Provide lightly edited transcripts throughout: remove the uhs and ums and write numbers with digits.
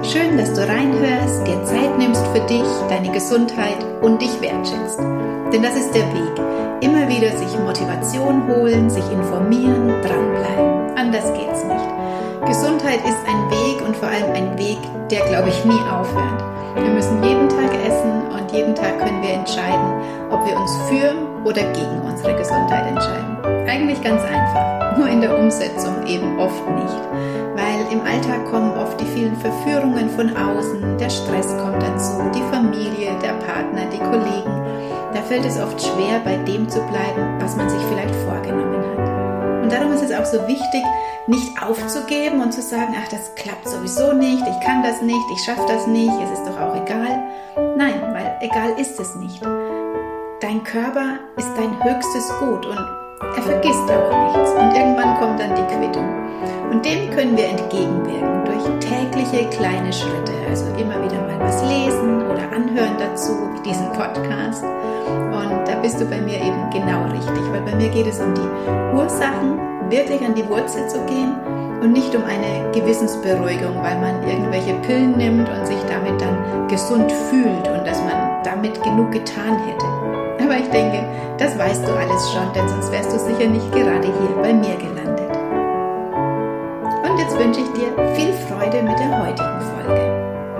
Schön, dass du reinhörst, dir Zeit nimmst für dich, deine Gesundheit und dich wertschätzt. Denn das ist der Weg. Immer wieder sich Motivation holen, sich informieren, dranbleiben. Anders geht's nicht. Gesundheit ist ein Weg und vor allem ein Weg, der, glaube ich, nie aufhört. Wir müssen jeden Tag essen und jeden Tag können wir entscheiden, ob wir uns für oder gegen unsere Gesundheit entscheiden. Eigentlich ganz einfach, nur in der Umsetzung eben oft nicht. Weil im Alltag kommen oft die vielen Verführungen von außen, der Stress kommt dazu, die Familie, der Partner, die Kollegen. Da fällt es oft schwer, bei dem zu bleiben, was man sich vielleicht vorgenommen hat. Und darum ist es auch so wichtig, nicht aufzugeben und zu sagen, ach, das klappt sowieso nicht, ich kann das nicht, ich schaffe das nicht, es ist doch auch egal. Nein, weil egal ist es nicht. Dein Körper ist dein höchstes Gut und er vergisst auch nichts und irgendwann kommt dann die Quittung. Und dem können wir entgegenwirken durch tägliche kleine Schritte, also immer wieder mal was lesen oder anhören dazu, wie diesen Podcast. Und da bist du bei mir eben genau richtig, weil bei mir geht es um die Ursachen, wirklich an die Wurzel zu gehen und nicht um eine Gewissensberuhigung, weil man irgendwelche Pillen nimmt und sich damit dann gesund fühlt und dass man damit genug getan hätte. Aber ich denke, das weißt du alles schon, denn sonst wärst du sicher nicht gerade hier bei mir gelandet. Und jetzt wünsche ich dir viel Freude mit der heutigen Folge.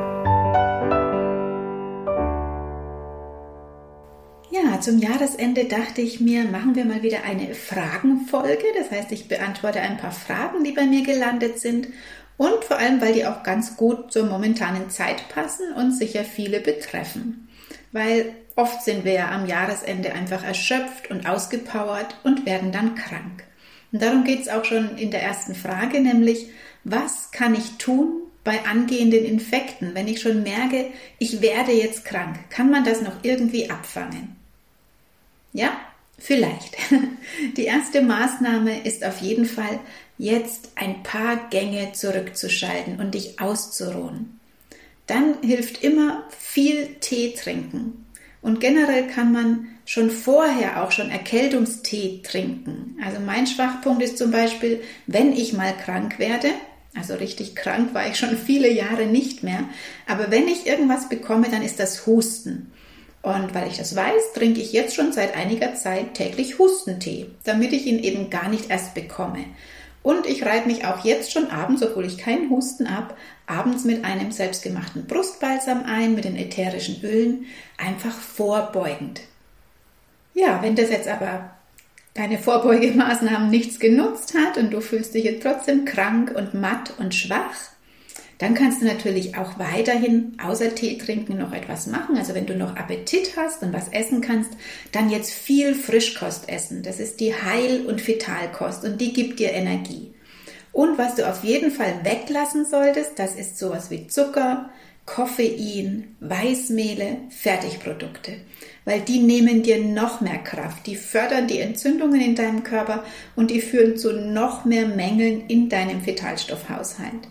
Ja, zum Jahresende dachte ich mir, machen wir mal wieder eine Fragenfolge. Das heißt, ich beantworte ein paar Fragen, die bei mir gelandet sind. Und vor allem, weil die auch ganz gut zur momentanen Zeit passen und sicher viele betreffen. Weil oft sind wir ja am Jahresende einfach erschöpft und ausgepowert und werden dann krank. Und darum geht es auch schon in der ersten Frage, nämlich, was kann ich tun bei angehenden Infekten, wenn ich schon merke, ich werde jetzt krank? Kann man das noch irgendwie abfangen? Ja, vielleicht. Die erste Maßnahme ist auf jeden Fall, jetzt ein paar Gänge zurückzuschalten und dich auszuruhen. Dann hilft immer viel Tee trinken. Und generell kann man schon vorher auch schon Erkältungstee trinken. Also mein Schwachpunkt ist zum Beispiel, wenn ich mal krank werde, also richtig krank war ich schon viele Jahre nicht mehr, aber wenn ich irgendwas bekomme, dann ist das Husten. Und weil ich das weiß, trinke ich jetzt schon seit einiger Zeit täglich Hustentee, damit ich ihn eben gar nicht erst bekomme. Und ich reibe mich auch jetzt schon abends, obwohl ich keinen Husten habe, abends mit einem selbstgemachten Brustbalsam ein, mit den ätherischen Ölen, einfach vorbeugend. Ja, wenn das jetzt aber deine Vorbeugemaßnahmen nichts genutzt hat und du fühlst dich jetzt trotzdem krank und matt und schwach, dann kannst du natürlich auch weiterhin außer Tee trinken noch etwas machen. Also wenn du noch Appetit hast und was essen kannst, dann jetzt viel Frischkost essen. Das ist die Heil- und Vitalkost und die gibt dir Energie. Und was du auf jeden Fall weglassen solltest, das ist sowas wie Zucker, Koffein, Weißmehle, Fertigprodukte. Weil die nehmen dir noch mehr Kraft, die fördern die Entzündungen in deinem Körper und die führen zu noch mehr Mängeln in deinem Vitalstoffhaushalt.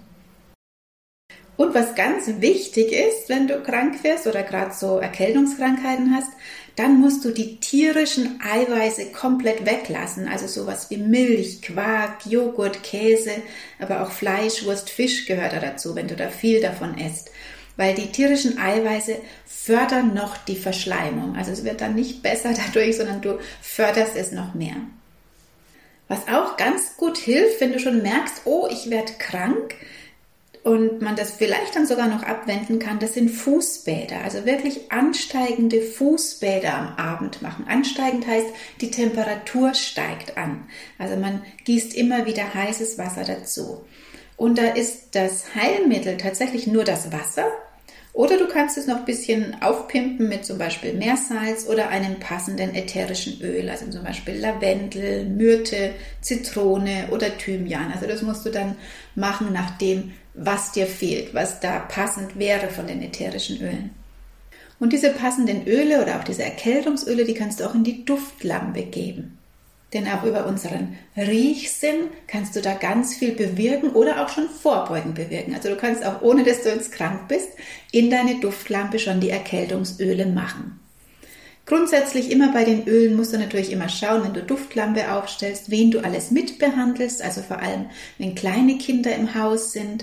Und was ganz wichtig ist, wenn du krank wirst oder gerade so Erkältungskrankheiten hast, dann musst du die tierischen Eiweiße komplett weglassen. Also sowas wie Milch, Quark, Joghurt, Käse, aber auch Fleisch, Wurst, Fisch gehört da dazu, wenn du da viel davon isst. Weil die tierischen Eiweiße fördern noch die Verschleimung. Also es wird dann nicht besser dadurch, sondern du förderst es noch mehr. Was auch ganz gut hilft, wenn du schon merkst, oh, ich werde krank, und man das vielleicht dann sogar noch abwenden kann, das sind Fußbäder. Also wirklich ansteigende Fußbäder am Abend machen. Ansteigend heißt, die Temperatur steigt an. Also man gießt immer wieder heißes Wasser dazu. Und da ist das Heilmittel tatsächlich nur das Wasser. Oder du kannst es noch ein bisschen aufpimpen mit zum Beispiel Meersalz oder einem passenden ätherischen Öl. Also zum Beispiel Lavendel, Myrte, Zitrone oder Thymian. Also das musst du dann machen nach dem, was dir fehlt, was da passend wäre von den ätherischen Ölen. Und diese passenden Öle oder auch diese Erkältungsöle, die kannst du auch in die Duftlampe geben. Denn auch über unseren Riechsinn kannst du da ganz viel bewirken oder auch schon vorbeugend bewirken. Also du kannst auch, ohne dass du jetzt krank bist, in deine Duftlampe schon die Erkältungsöle machen. Grundsätzlich immer bei den Ölen musst du natürlich immer schauen, wenn du Duftlampe aufstellst, wen du alles mitbehandelst, also vor allem, wenn kleine Kinder im Haus sind,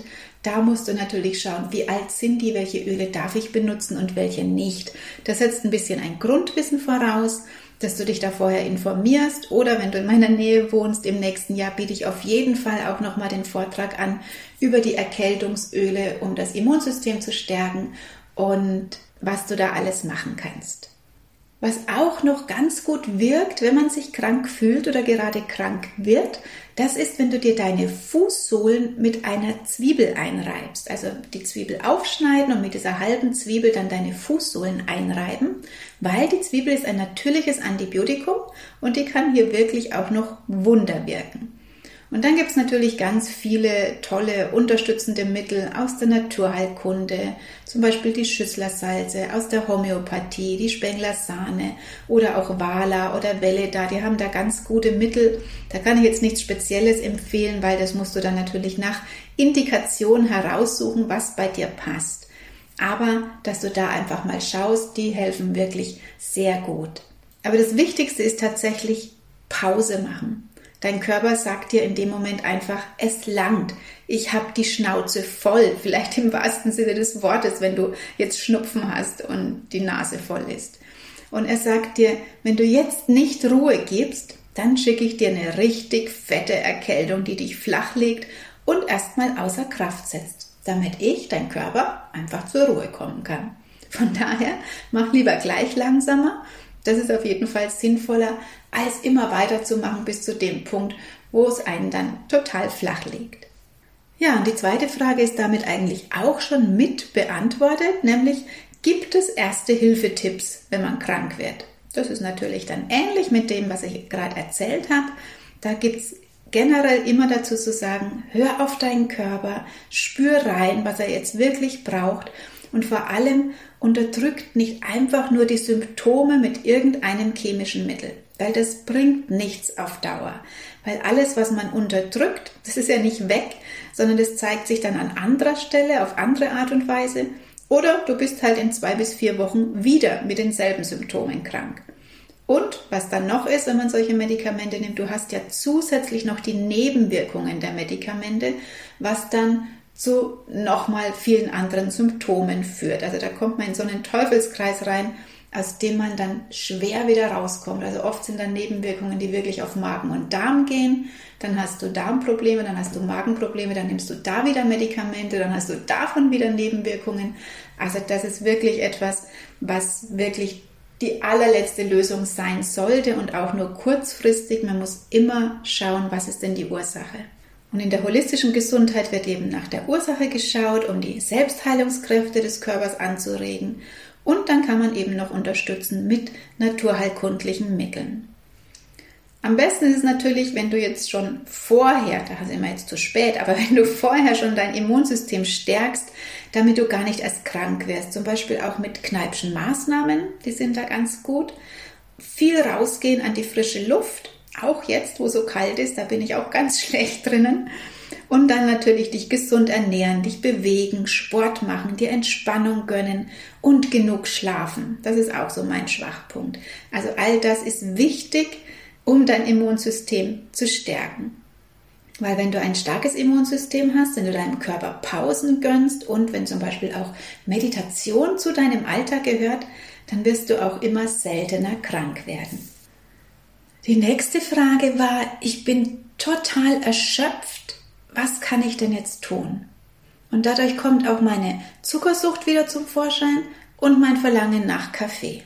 Da musst du natürlich schauen, wie alt sind die, welche Öle darf ich benutzen und welche nicht. Das setzt ein bisschen ein Grundwissen voraus, dass du dich da vorher informierst, oder wenn du in meiner Nähe wohnst, im nächsten Jahr biete ich auf jeden Fall auch nochmal den Vortrag an über die Erkältungsöle, um das Immunsystem zu stärken und was du da alles machen kannst. Was auch noch ganz gut wirkt, wenn man sich krank fühlt oder gerade krank wird, das ist, wenn du dir deine Fußsohlen mit einer Zwiebel einreibst. Also die Zwiebel aufschneiden und mit dieser halben Zwiebel dann deine Fußsohlen einreiben, weil die Zwiebel ist ein natürliches Antibiotikum und die kann hier wirklich auch noch Wunder wirken. Und dann gibt es natürlich ganz viele tolle unterstützende Mittel aus der Naturheilkunde, zum Beispiel die Schüsslersalze, aus der Homöopathie, die Spengler Sahne oder auch Wala oder Welleda, die haben da ganz gute Mittel. Da kann ich jetzt nichts Spezielles empfehlen, weil das musst du dann natürlich nach Indikation heraussuchen, was bei dir passt. Aber dass du da einfach mal schaust, die helfen wirklich sehr gut. Aber das Wichtigste ist tatsächlich Pause machen. Dein Körper sagt dir in dem Moment einfach, es langt. Ich habe die Schnauze voll, vielleicht im wahrsten Sinne des Wortes, wenn du jetzt Schnupfen hast und die Nase voll ist. Und er sagt dir, wenn du jetzt nicht Ruhe gibst, dann schicke ich dir eine richtig fette Erkältung, die dich flach legt und erstmal außer Kraft setzt, damit ich, dein Körper, einfach zur Ruhe kommen kann. Von daher, mach lieber gleich langsamer. Das ist auf jeden Fall sinnvoller, als immer weiterzumachen bis zu dem Punkt, wo es einen dann total flach legt. Ja, und die zweite Frage ist damit eigentlich auch schon mit beantwortet, nämlich gibt es Erste-Hilfe-Tipps, wenn man krank wird? Das ist natürlich dann ähnlich mit dem, was ich gerade erzählt habe. Da gibt es generell immer dazu zu sagen, hör auf deinen Körper, spür rein, was er jetzt wirklich braucht. Und vor allem unterdrückt nicht einfach nur die Symptome mit irgendeinem chemischen Mittel, weil das bringt nichts auf Dauer. Weil alles, was man unterdrückt, das ist ja nicht weg, sondern das zeigt sich dann an anderer Stelle, auf andere Art und Weise. Oder du bist halt in 2 bis 4 Wochen wieder mit denselben Symptomen krank. Und was dann noch ist, wenn man solche Medikamente nimmt, du hast ja zusätzlich noch die Nebenwirkungen der Medikamente, was dann zu nochmal vielen anderen Symptomen führt. Also da kommt man in so einen Teufelskreis rein, aus dem man dann schwer wieder rauskommt. Also oft sind dann Nebenwirkungen, die wirklich auf Magen und Darm gehen. Dann hast du Darmprobleme, dann hast du Magenprobleme, dann nimmst du da wieder Medikamente, dann hast du davon wieder Nebenwirkungen. Also das ist wirklich etwas, was wirklich die allerletzte Lösung sein sollte und auch nur kurzfristig. Man muss immer schauen, was ist denn die Ursache. Und in der holistischen Gesundheit wird eben nach der Ursache geschaut, um die Selbstheilungskräfte des Körpers anzuregen. Und dann kann man eben noch unterstützen mit naturheilkundlichen Mitteln. Am besten ist es natürlich, wenn du jetzt schon vorher, da sind wir jetzt zu spät, aber wenn du vorher schon dein Immunsystem stärkst, damit du gar nicht erst krank wirst. Zum Beispiel auch mit Kneippschen Maßnahmen, die sind da ganz gut. Viel rausgehen an die frische Luft. Auch jetzt, wo so kalt ist, da bin ich auch ganz schlecht drinnen. Und dann natürlich dich gesund ernähren, dich bewegen, Sport machen, dir Entspannung gönnen und genug schlafen. Das ist auch so mein Schwachpunkt. Also all das ist wichtig, um dein Immunsystem zu stärken. Weil wenn du ein starkes Immunsystem hast, wenn du deinem Körper Pausen gönnst und wenn zum Beispiel auch Meditation zu deinem Alltag gehört, dann wirst du auch immer seltener krank werden. Die nächste Frage war, ich bin total erschöpft. Was kann ich denn jetzt tun? Und dadurch kommt auch meine Zuckersucht wieder zum Vorschein und mein Verlangen nach Kaffee.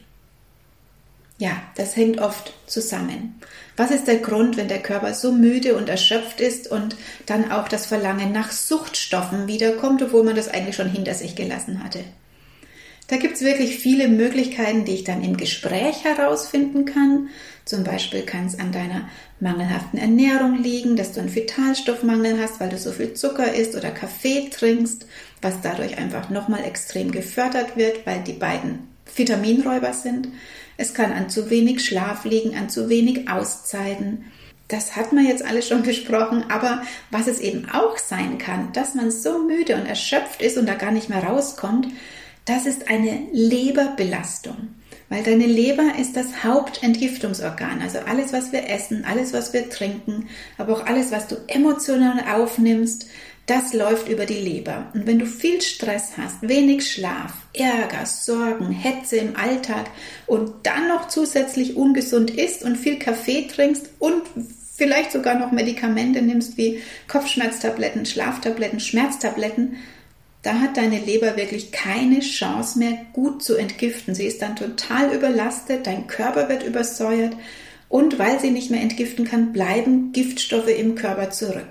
Ja, das hängt oft zusammen. Was ist der Grund, wenn der Körper so müde und erschöpft ist und dann auch das Verlangen nach Suchtstoffen wiederkommt, obwohl man das eigentlich schon hinter sich gelassen hatte? Da gibt es wirklich viele Möglichkeiten, die ich dann im Gespräch herausfinden kann. Zum Beispiel kann es an deiner mangelhaften Ernährung liegen, dass du einen Vitalstoffmangel hast, weil du so viel Zucker isst oder Kaffee trinkst, was dadurch einfach nochmal extrem gefördert wird, weil die beiden Vitaminräuber sind. Es kann an zu wenig Schlaf liegen, an zu wenig Auszeiten. Das hat man jetzt alles schon besprochen, aber was es eben auch sein kann, dass man so müde und erschöpft ist und da gar nicht mehr rauskommt, das ist eine Leberbelastung, weil deine Leber ist das Hauptentgiftungsorgan, also alles, was wir essen, alles, was wir trinken, aber auch alles, was du emotional aufnimmst, das läuft über die Leber. Und wenn du viel Stress hast, wenig Schlaf, Ärger, Sorgen, Hetze im Alltag und dann noch zusätzlich ungesund isst und viel Kaffee trinkst und vielleicht sogar noch Medikamente nimmst wie Kopfschmerztabletten, Schlaftabletten, Schmerztabletten, da hat deine Leber wirklich keine Chance mehr, gut zu entgiften. Sie ist dann total überlastet, dein Körper wird übersäuert und weil sie nicht mehr entgiften kann, bleiben Giftstoffe im Körper zurück.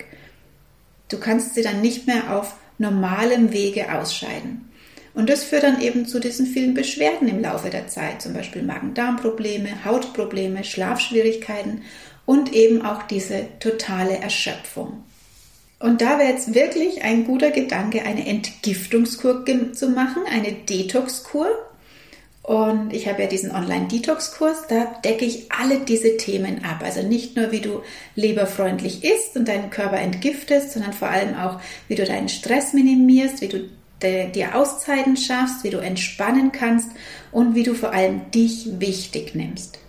Du kannst sie dann nicht mehr auf normalem Wege ausscheiden. Und das führt dann eben zu diesen vielen Beschwerden im Laufe der Zeit, zum Beispiel Magen-Darm-Probleme, Hautprobleme, Schlafschwierigkeiten und eben auch diese totale Erschöpfung. Und da wäre jetzt wirklich ein guter Gedanke, eine Entgiftungskur zu machen, eine Detox-Kur. Und ich habe ja diesen Online-Detox-Kurs, da decke ich alle diese Themen ab. Also nicht nur, wie du leberfreundlich isst und deinen Körper entgiftest, sondern vor allem auch, wie du deinen Stress minimierst, wie du dir Auszeiten schaffst, wie du entspannen kannst und wie du vor allem dich wichtig nimmst.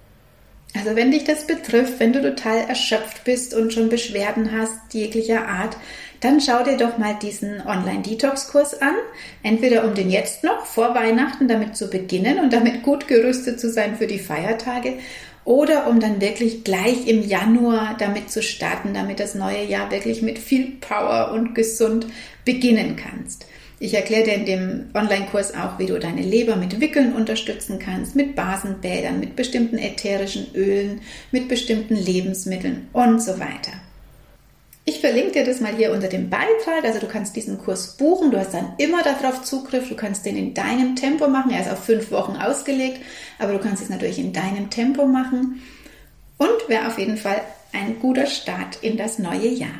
Also wenn dich das betrifft, wenn du total erschöpft bist und schon Beschwerden hast, jeglicher Art, dann schau dir doch mal diesen Online-Detox-Kurs an. Entweder um den jetzt noch vor Weihnachten damit zu beginnen und damit gut gerüstet zu sein für die Feiertage oder um dann wirklich gleich im Januar damit zu starten, damit das neue Jahr wirklich mit viel Power und gesund beginnen kannst. Ich erkläre dir in dem Online-Kurs auch, wie du deine Leber mit Wickeln unterstützen kannst, mit Basenbädern, mit bestimmten ätherischen Ölen, mit bestimmten Lebensmitteln und so weiter. Ich verlinke dir das mal hier unter dem Beitrag, also du kannst diesen Kurs buchen, du hast dann immer darauf Zugriff, du kannst den in deinem Tempo machen, er ist auf 5 Wochen ausgelegt, aber du kannst es natürlich in deinem Tempo machen und wäre auf jeden Fall ein guter Start in das neue Jahr.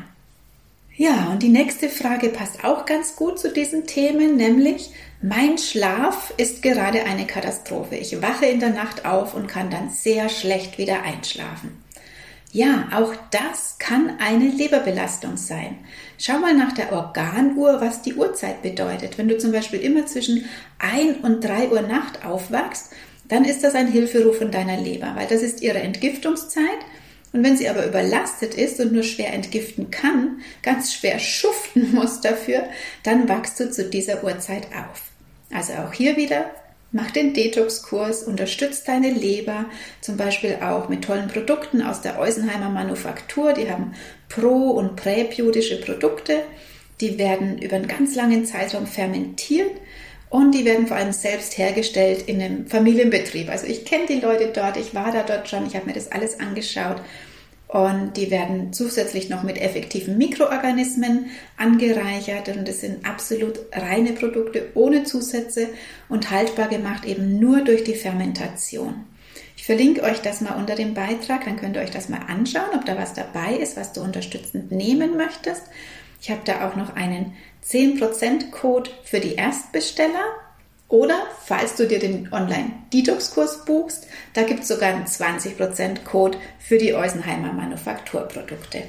Ja, und die nächste Frage passt auch ganz gut zu diesen Themen, nämlich mein Schlaf ist gerade eine Katastrophe. Ich wache in der Nacht auf und kann dann sehr schlecht wieder einschlafen. Ja, auch das kann eine Leberbelastung sein. Schau mal nach der Organuhr, was die Uhrzeit bedeutet. Wenn du zum Beispiel immer zwischen 1 und 3 Uhr Nacht aufwachst, dann ist das ein Hilferuf von deiner Leber, weil das ist ihre Entgiftungszeit. Und wenn sie aber überlastet ist und nur schwer entgiften kann, ganz schwer schuften muss dafür, dann wachst du zu dieser Uhrzeit auf. Also auch hier wieder, mach den Detox-Kurs, unterstützt deine Leber, zum Beispiel auch mit tollen Produkten aus der Eusenheimer Manufaktur. Die haben pro- und präbiotische Produkte, die werden über einen ganz langen Zeitraum fermentiert. Und die werden vor allem selbst hergestellt in einem Familienbetrieb. Also ich kenne die Leute dort, ich war da dort schon, ich habe mir das alles angeschaut. Und die werden zusätzlich noch mit effektiven Mikroorganismen angereichert. Und das sind absolut reine Produkte ohne Zusätze und haltbar gemacht eben nur durch die Fermentation. Ich verlinke euch das mal unter dem Beitrag, dann könnt ihr euch das mal anschauen, ob da was dabei ist, was du unterstützend nehmen möchtest. Ich habe da auch noch einen 10% Code für die Erstbesteller oder falls du dir den Online-Detox-Kurs buchst, da gibt es sogar einen 20% Code für die Eusenheimer Manufakturprodukte.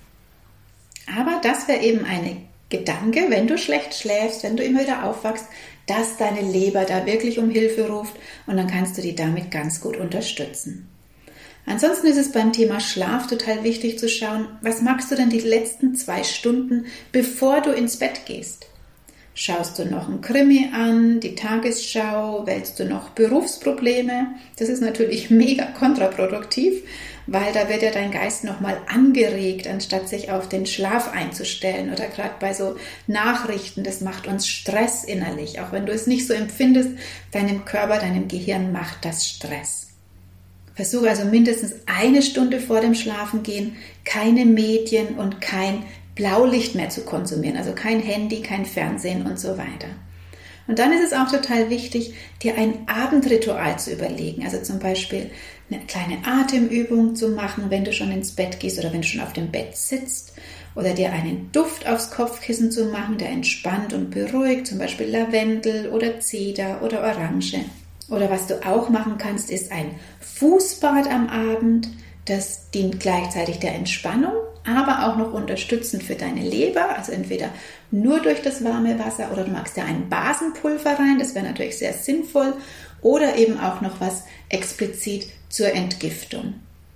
Aber das wäre eben ein Gedanke, wenn du schlecht schläfst, wenn du immer wieder aufwachst, dass deine Leber da wirklich um Hilfe ruft und dann kannst du die damit ganz gut unterstützen. Ansonsten ist es beim Thema Schlaf total wichtig zu schauen, was machst du denn die letzten 2 Stunden, bevor du ins Bett gehst? Schaust du noch ein Krimi an, die Tagesschau, wählst du noch Berufsprobleme? Das ist natürlich mega kontraproduktiv, weil da wird ja dein Geist nochmal angeregt, anstatt sich auf den Schlaf einzustellen. Oder gerade bei so Nachrichten, das macht uns Stress innerlich. Auch wenn du es nicht so empfindest, deinem Körper, deinem Gehirn macht das Stress. Versuche also mindestens 1 Stunde vor dem Schlafengehen keine Medien und kein Blaulicht mehr zu konsumieren, also kein Handy, kein Fernsehen und so weiter. Und dann ist es auch total wichtig, dir ein Abendritual zu überlegen, also zum Beispiel eine kleine Atemübung zu machen, wenn du schon ins Bett gehst oder wenn du schon auf dem Bett sitzt oder dir einen Duft aufs Kopfkissen zu machen, der entspannt und beruhigt, zum Beispiel Lavendel oder Zeder oder Orange. Oder was du auch machen kannst, ist ein Fußbad am Abend. Das dient gleichzeitig der Entspannung, aber auch noch unterstützend für deine Leber. Also entweder nur durch das warme Wasser oder du magst ja ein Basenpulver rein. Das wäre natürlich sehr sinnvoll. Oder eben auch noch was explizit zur Entgiftung.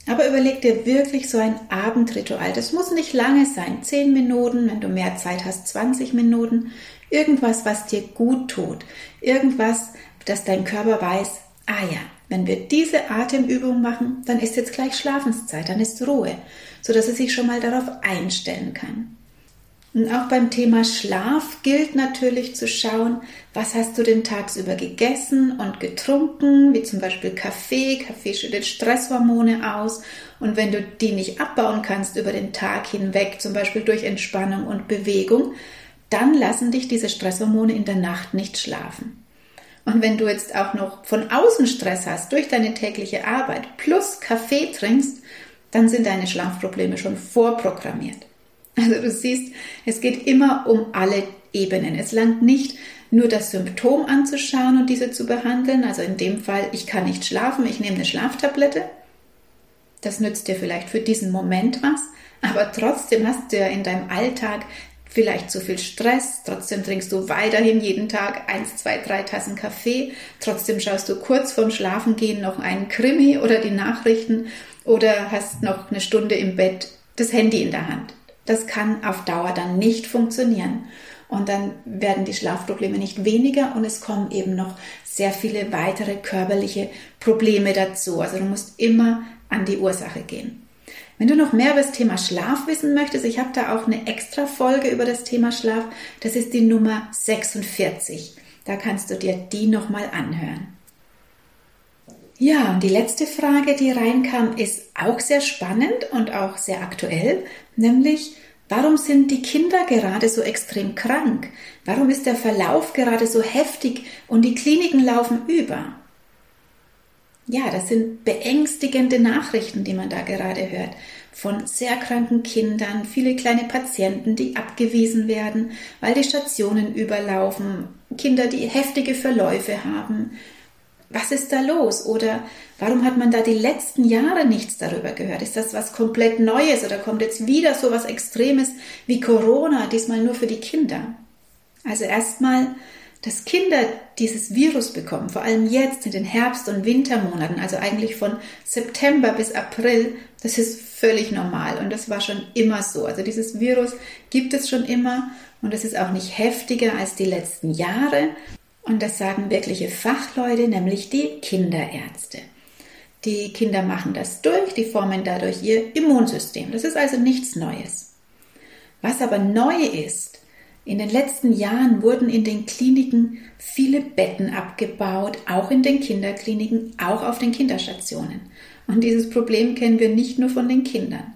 Aber überleg dir wirklich so ein Abendritual. Das muss nicht lange sein, 10 Minuten, wenn du mehr Zeit hast, 20 Minuten. Irgendwas, was dir gut tut. Irgendwas, dass dein Körper weiß, ah ja, wenn wir diese Atemübung machen, dann ist jetzt gleich Schlafenszeit, dann ist Ruhe, sodass er sich schon mal darauf einstellen kann. Und auch beim Thema Schlaf gilt natürlich zu schauen, was hast du denn tagsüber gegessen und getrunken, wie zum Beispiel Kaffee. Kaffee schüttet Stresshormone aus und wenn du die nicht abbauen kannst über den Tag hinweg, zum Beispiel durch Entspannung und Bewegung, dann lassen dich diese Stresshormone in der Nacht nicht schlafen. Und wenn du jetzt auch noch von außen Stress hast, durch deine tägliche Arbeit plus Kaffee trinkst, dann sind deine Schlafprobleme schon vorprogrammiert. Also du siehst, es geht immer um alle Ebenen. Es langt nicht nur das Symptom anzuschauen und diese zu behandeln. Also in dem Fall, ich kann nicht schlafen, ich nehme eine Schlaftablette. Das nützt dir vielleicht für diesen Moment was, aber trotzdem hast du ja in deinem Alltag vielleicht zu viel Stress, trotzdem trinkst du weiterhin jeden Tag 1, 2, 3 Tassen Kaffee, trotzdem schaust du kurz vorm Schlafengehen noch einen Krimi oder die Nachrichten oder hast noch eine Stunde im Bett das Handy in der Hand. Das kann auf Dauer dann nicht funktionieren. Und dann werden die Schlafprobleme nicht weniger und es kommen eben noch sehr viele weitere körperliche Probleme dazu. Also du musst immer an die Ursache gehen. Wenn du noch mehr über das Thema Schlaf wissen möchtest, ich habe da auch eine extra Folge über das Thema Schlaf. Das ist die Nummer 46. Da kannst du dir die nochmal anhören. Ja, und die letzte Frage, die reinkam, ist auch sehr spannend und auch sehr aktuell, nämlich, warum sind die Kinder gerade so extrem krank? Warum ist der Verlauf gerade so heftig und die Kliniken laufen über? Ja, das sind beängstigende Nachrichten, die man da gerade hört. Von sehr kranken Kindern, viele kleine Patienten, die abgewiesen werden, weil die Stationen überlaufen, Kinder, die heftige Verläufe haben. Was ist da los? Oder warum hat man da die letzten Jahre nichts darüber gehört? Ist das was komplett Neues oder kommt jetzt wieder so was Extremes wie Corona, diesmal nur für die Kinder? Also erstmal, dass Kinder dieses Virus bekommen, vor allem jetzt in den Herbst- und Wintermonaten, also eigentlich von September bis April, das ist völlig normal und das war schon immer so. Also dieses Virus gibt es schon immer und es ist auch nicht heftiger als die letzten Jahre. Und das sagen wirkliche Fachleute, nämlich die Kinderärzte. Die Kinder machen das durch, die formen dadurch ihr Immunsystem. Das ist also nichts Neues. Was aber neu ist, in den letzten Jahren wurden in den Kliniken viele Betten abgebaut, auch in den Kinderkliniken, auch auf den Kinderstationen. Und dieses Problem kennen wir nicht nur von den Kindern.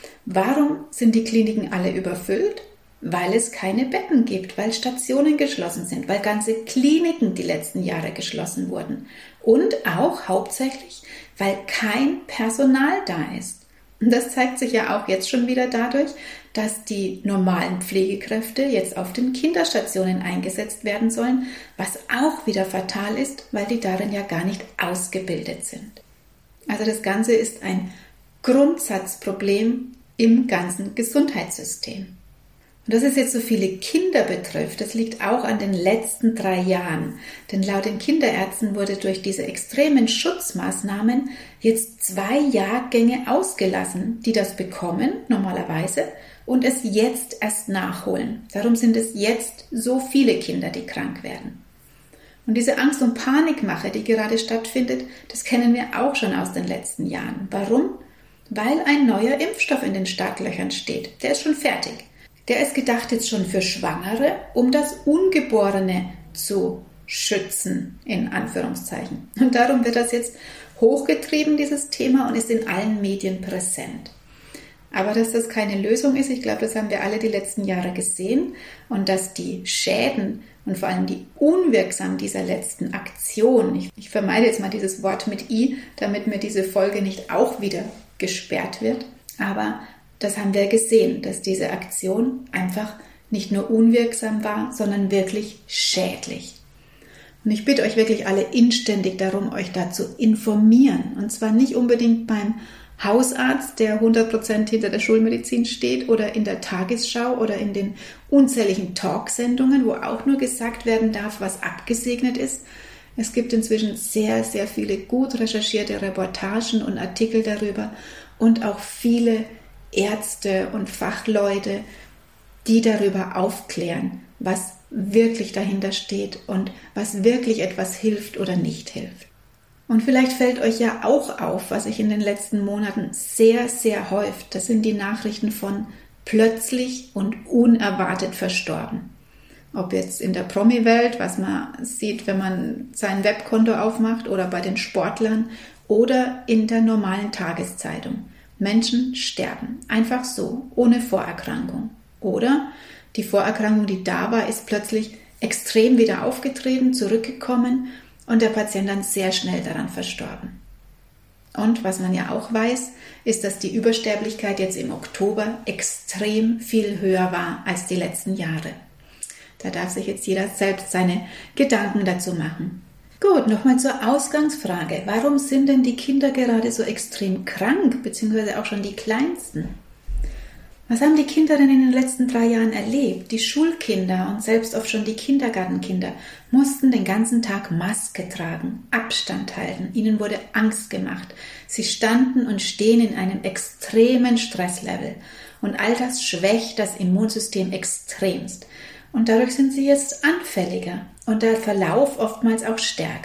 Warum sind die Kliniken alle überfüllt? Weil es keine Betten gibt, weil Stationen geschlossen sind, weil ganze Kliniken die letzten Jahre geschlossen wurden. Und auch hauptsächlich, weil kein Personal da ist. Und das zeigt sich ja auch jetzt schon wieder dadurch, dass die normalen Pflegekräfte jetzt auf den Kinderstationen eingesetzt werden sollen, was auch wieder fatal ist, weil die darin ja gar nicht ausgebildet sind. Also das Ganze ist ein Grundsatzproblem im ganzen Gesundheitssystem. Und dass es jetzt so viele Kinder betrifft, das liegt auch an den letzten 3 Jahren. Denn laut den Kinderärzten wurde durch diese extremen Schutzmaßnahmen jetzt 2 Jahrgänge ausgelassen, die das bekommen, normalerweise, und es jetzt erst nachholen. Darum sind es jetzt so viele Kinder, die krank werden. Und diese Angst- und Panikmache, die gerade stattfindet, das kennen wir auch schon aus den letzten Jahren. Warum? Weil ein neuer Impfstoff in den Startlöchern steht. Der ist schon fertig. Der ist gedacht jetzt schon für Schwangere, um das Ungeborene zu schützen, in Anführungszeichen. Und darum wird das jetzt hochgetrieben, dieses Thema, und ist in allen Medien präsent. Aber dass das keine Lösung ist, ich glaube, das haben wir alle die letzten Jahre gesehen, und dass die Schäden und vor allem die Unwirksam dieser letzten Aktion, ich vermeide jetzt mal dieses Wort mit I, damit mir diese Folge nicht auch wieder gesperrt wird, aber das haben wir gesehen, dass diese Aktion einfach nicht nur unwirksam war, sondern wirklich schädlich. Und ich bitte euch wirklich alle inständig darum, euch da zu informieren. Und zwar nicht unbedingt beim Hausarzt, der 100% hinter der Schulmedizin steht, oder in der Tagesschau oder in den unzähligen Talksendungen, wo auch nur gesagt werden darf, was abgesegnet ist. Es gibt inzwischen sehr, sehr viele gut recherchierte Reportagen und Artikel darüber und auch viele Ärzte und Fachleute, die darüber aufklären, was wirklich dahinter steht und was wirklich etwas hilft oder nicht hilft. Und vielleicht fällt euch ja auch auf, was sich in den letzten Monaten sehr, sehr häuft. Das sind die Nachrichten von plötzlich und unerwartet verstorben. Ob jetzt in der Promi-Welt, was man sieht, wenn man sein Webkonto aufmacht, oder bei den Sportlern oder in der normalen Tageszeitung. Menschen sterben, einfach so, ohne Vorerkrankung. Oder die Vorerkrankung, die da war, ist plötzlich extrem wieder aufgetreten, zurückgekommen und der Patient dann sehr schnell daran verstorben. Und was man ja auch weiß, ist, dass die Übersterblichkeit jetzt im Oktober extrem viel höher war als die letzten Jahre. Da darf sich jetzt jeder selbst seine Gedanken dazu machen. Gut, nochmal zur Ausgangsfrage. Warum sind denn die Kinder gerade so extrem krank, beziehungsweise auch schon die Kleinsten? Was haben die Kinder denn in den letzten 3 Jahren erlebt? Die Schulkinder und selbst oft schon die Kindergartenkinder mussten den ganzen Tag Maske tragen, Abstand halten. Ihnen wurde Angst gemacht. Sie standen und stehen in einem extremen Stresslevel. Und all das schwächt das Immunsystem extremst. Und dadurch sind sie jetzt anfälliger und der Verlauf oftmals auch stärker.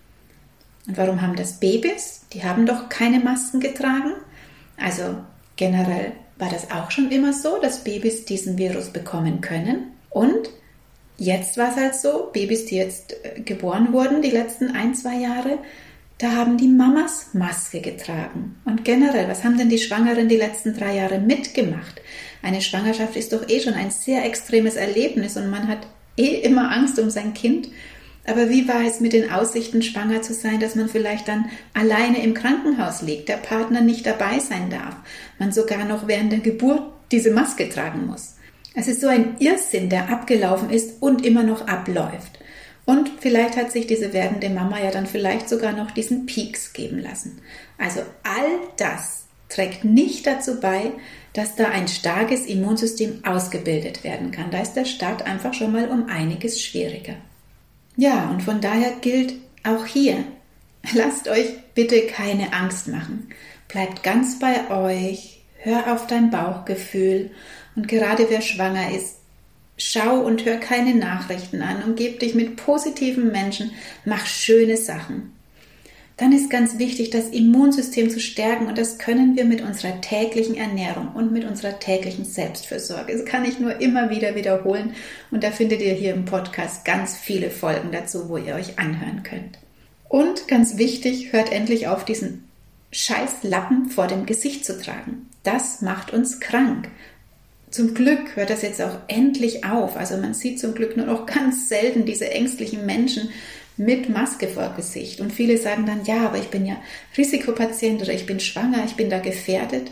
Und warum haben das Babys? Die haben doch keine Masken getragen. Also generell war das auch schon immer so, dass Babys diesen Virus bekommen können. Und jetzt war es halt so, Babys, die jetzt geboren wurden, die letzten 1-2 Jahre, da haben die Mamas Maske getragen. Und generell, was haben denn die Schwangeren die letzten 3 Jahre mitgemacht? Eine Schwangerschaft ist doch schon ein sehr extremes Erlebnis und man hat immer Angst um sein Kind. Aber wie war es mit den Aussichten, schwanger zu sein, dass man vielleicht dann alleine im Krankenhaus liegt, der Partner nicht dabei sein darf, man sogar noch während der Geburt diese Maske tragen muss? Es ist so ein Irrsinn, der abgelaufen ist und immer noch abläuft. Und vielleicht hat sich diese werdende Mama ja dann vielleicht sogar noch diesen Peaks geben lassen. Also all das trägt nicht dazu bei, dass da ein starkes Immunsystem ausgebildet werden kann. Da ist der Start einfach schon mal um einiges schwieriger. Ja, und von daher gilt auch hier, lasst euch bitte keine Angst machen. Bleibt ganz bei euch, hör auf dein Bauchgefühl und gerade wer schwanger ist, schau und hör keine Nachrichten an, umgib dich mit positiven Menschen, mach schöne Sachen. Dann ist ganz wichtig, das Immunsystem zu stärken und das können wir mit unserer täglichen Ernährung und mit unserer täglichen Selbstfürsorge. Das kann ich nur immer wieder wiederholen und da findet ihr hier im Podcast ganz viele Folgen dazu, wo ihr euch anhören könnt. Und ganz wichtig, hört endlich auf, diesen scheiß Lappen vor dem Gesicht zu tragen. Das macht uns krank. Zum Glück hört das jetzt auch endlich auf. Also man sieht zum Glück nur noch ganz selten diese ängstlichen Menschen mit Maske vor Gesicht. Und viele sagen dann, ja, aber ich bin ja Risikopatient oder ich bin schwanger, ich bin da gefährdet.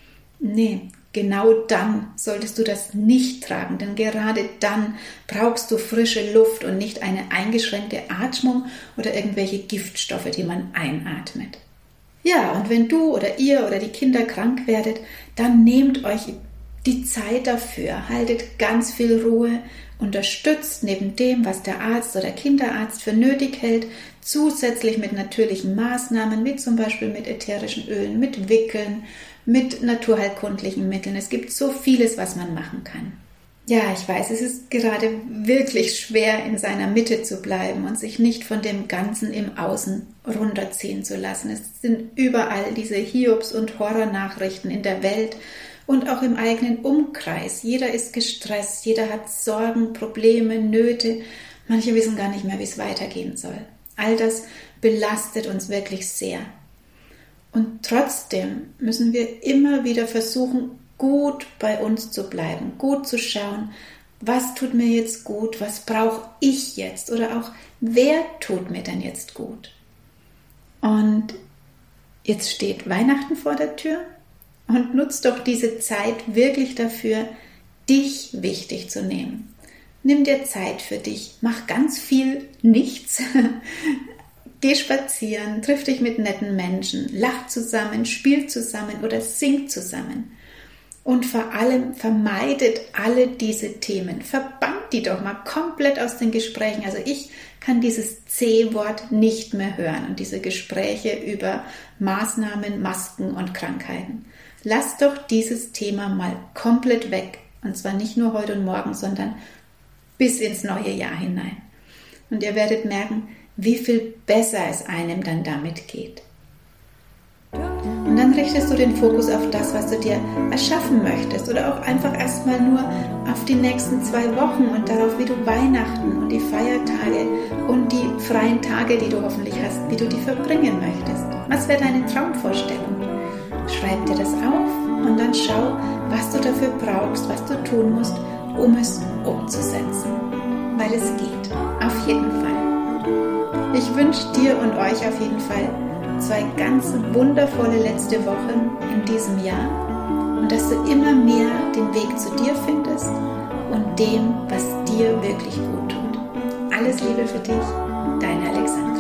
Nee, genau dann solltest du das nicht tragen, denn gerade dann brauchst du frische Luft und nicht eine eingeschränkte Atmung oder irgendwelche Giftstoffe, die man einatmet. Ja, und wenn du oder ihr oder die Kinder krank werdet, dann nehmt euch die Zeit dafür, haltet ganz viel Ruhe, unterstützt neben dem, was der Arzt oder Kinderarzt für nötig hält, zusätzlich mit natürlichen Maßnahmen, wie zum Beispiel mit ätherischen Ölen, mit Wickeln, mit naturheilkundlichen Mitteln. Es gibt so vieles, was man machen kann. Ja, ich weiß, es ist gerade wirklich schwer, in seiner Mitte zu bleiben und sich nicht von dem Ganzen im Außen runterziehen zu lassen. Es sind überall diese Hiobs- und Horrornachrichten in der Welt, und auch im eigenen Umkreis. Jeder ist gestresst, jeder hat Sorgen, Probleme, Nöte. Manche wissen gar nicht mehr, wie es weitergehen soll. All das belastet uns wirklich sehr. Und trotzdem müssen wir immer wieder versuchen, gut bei uns zu bleiben, gut zu schauen, was tut mir jetzt gut, was brauche ich jetzt oder auch, wer tut mir denn jetzt gut? Und jetzt steht Weihnachten vor der Tür. Und nutzt doch diese Zeit wirklich dafür, dich wichtig zu nehmen. Nimm dir Zeit für dich, mach ganz viel nichts, geh spazieren, triff dich mit netten Menschen, lach zusammen, spiel zusammen oder sing zusammen. Und vor allem vermeidet alle diese Themen, verbannt die doch mal komplett aus den Gesprächen. Also ich kann dieses C-Wort nicht mehr hören und diese Gespräche über Maßnahmen, Masken und Krankheiten. Lass doch dieses Thema mal komplett weg. Und zwar nicht nur heute und morgen, sondern bis ins neue Jahr hinein. Und ihr werdet merken, wie viel besser es einem dann damit geht. Und dann richtest du den Fokus auf das, was du dir erschaffen möchtest oder auch einfach erstmal nur auf die nächsten 2 Wochen und darauf, wie du Weihnachten und die Feiertage und die freien Tage, die du hoffentlich hast, wie du die verbringen möchtest. Was wäre deine Traumvorstellung? Schreib dir das auf und dann schau, was du dafür brauchst, was du tun musst, um es umzusetzen. Weil es geht. Auf jeden Fall. Ich wünsche dir und euch auf jeden Fall 2 ganz wundervolle letzte Wochen in diesem Jahr und dass du immer mehr den Weg zu dir findest und dem, was dir wirklich gut tut. Alles Liebe für dich, deine Alexandra.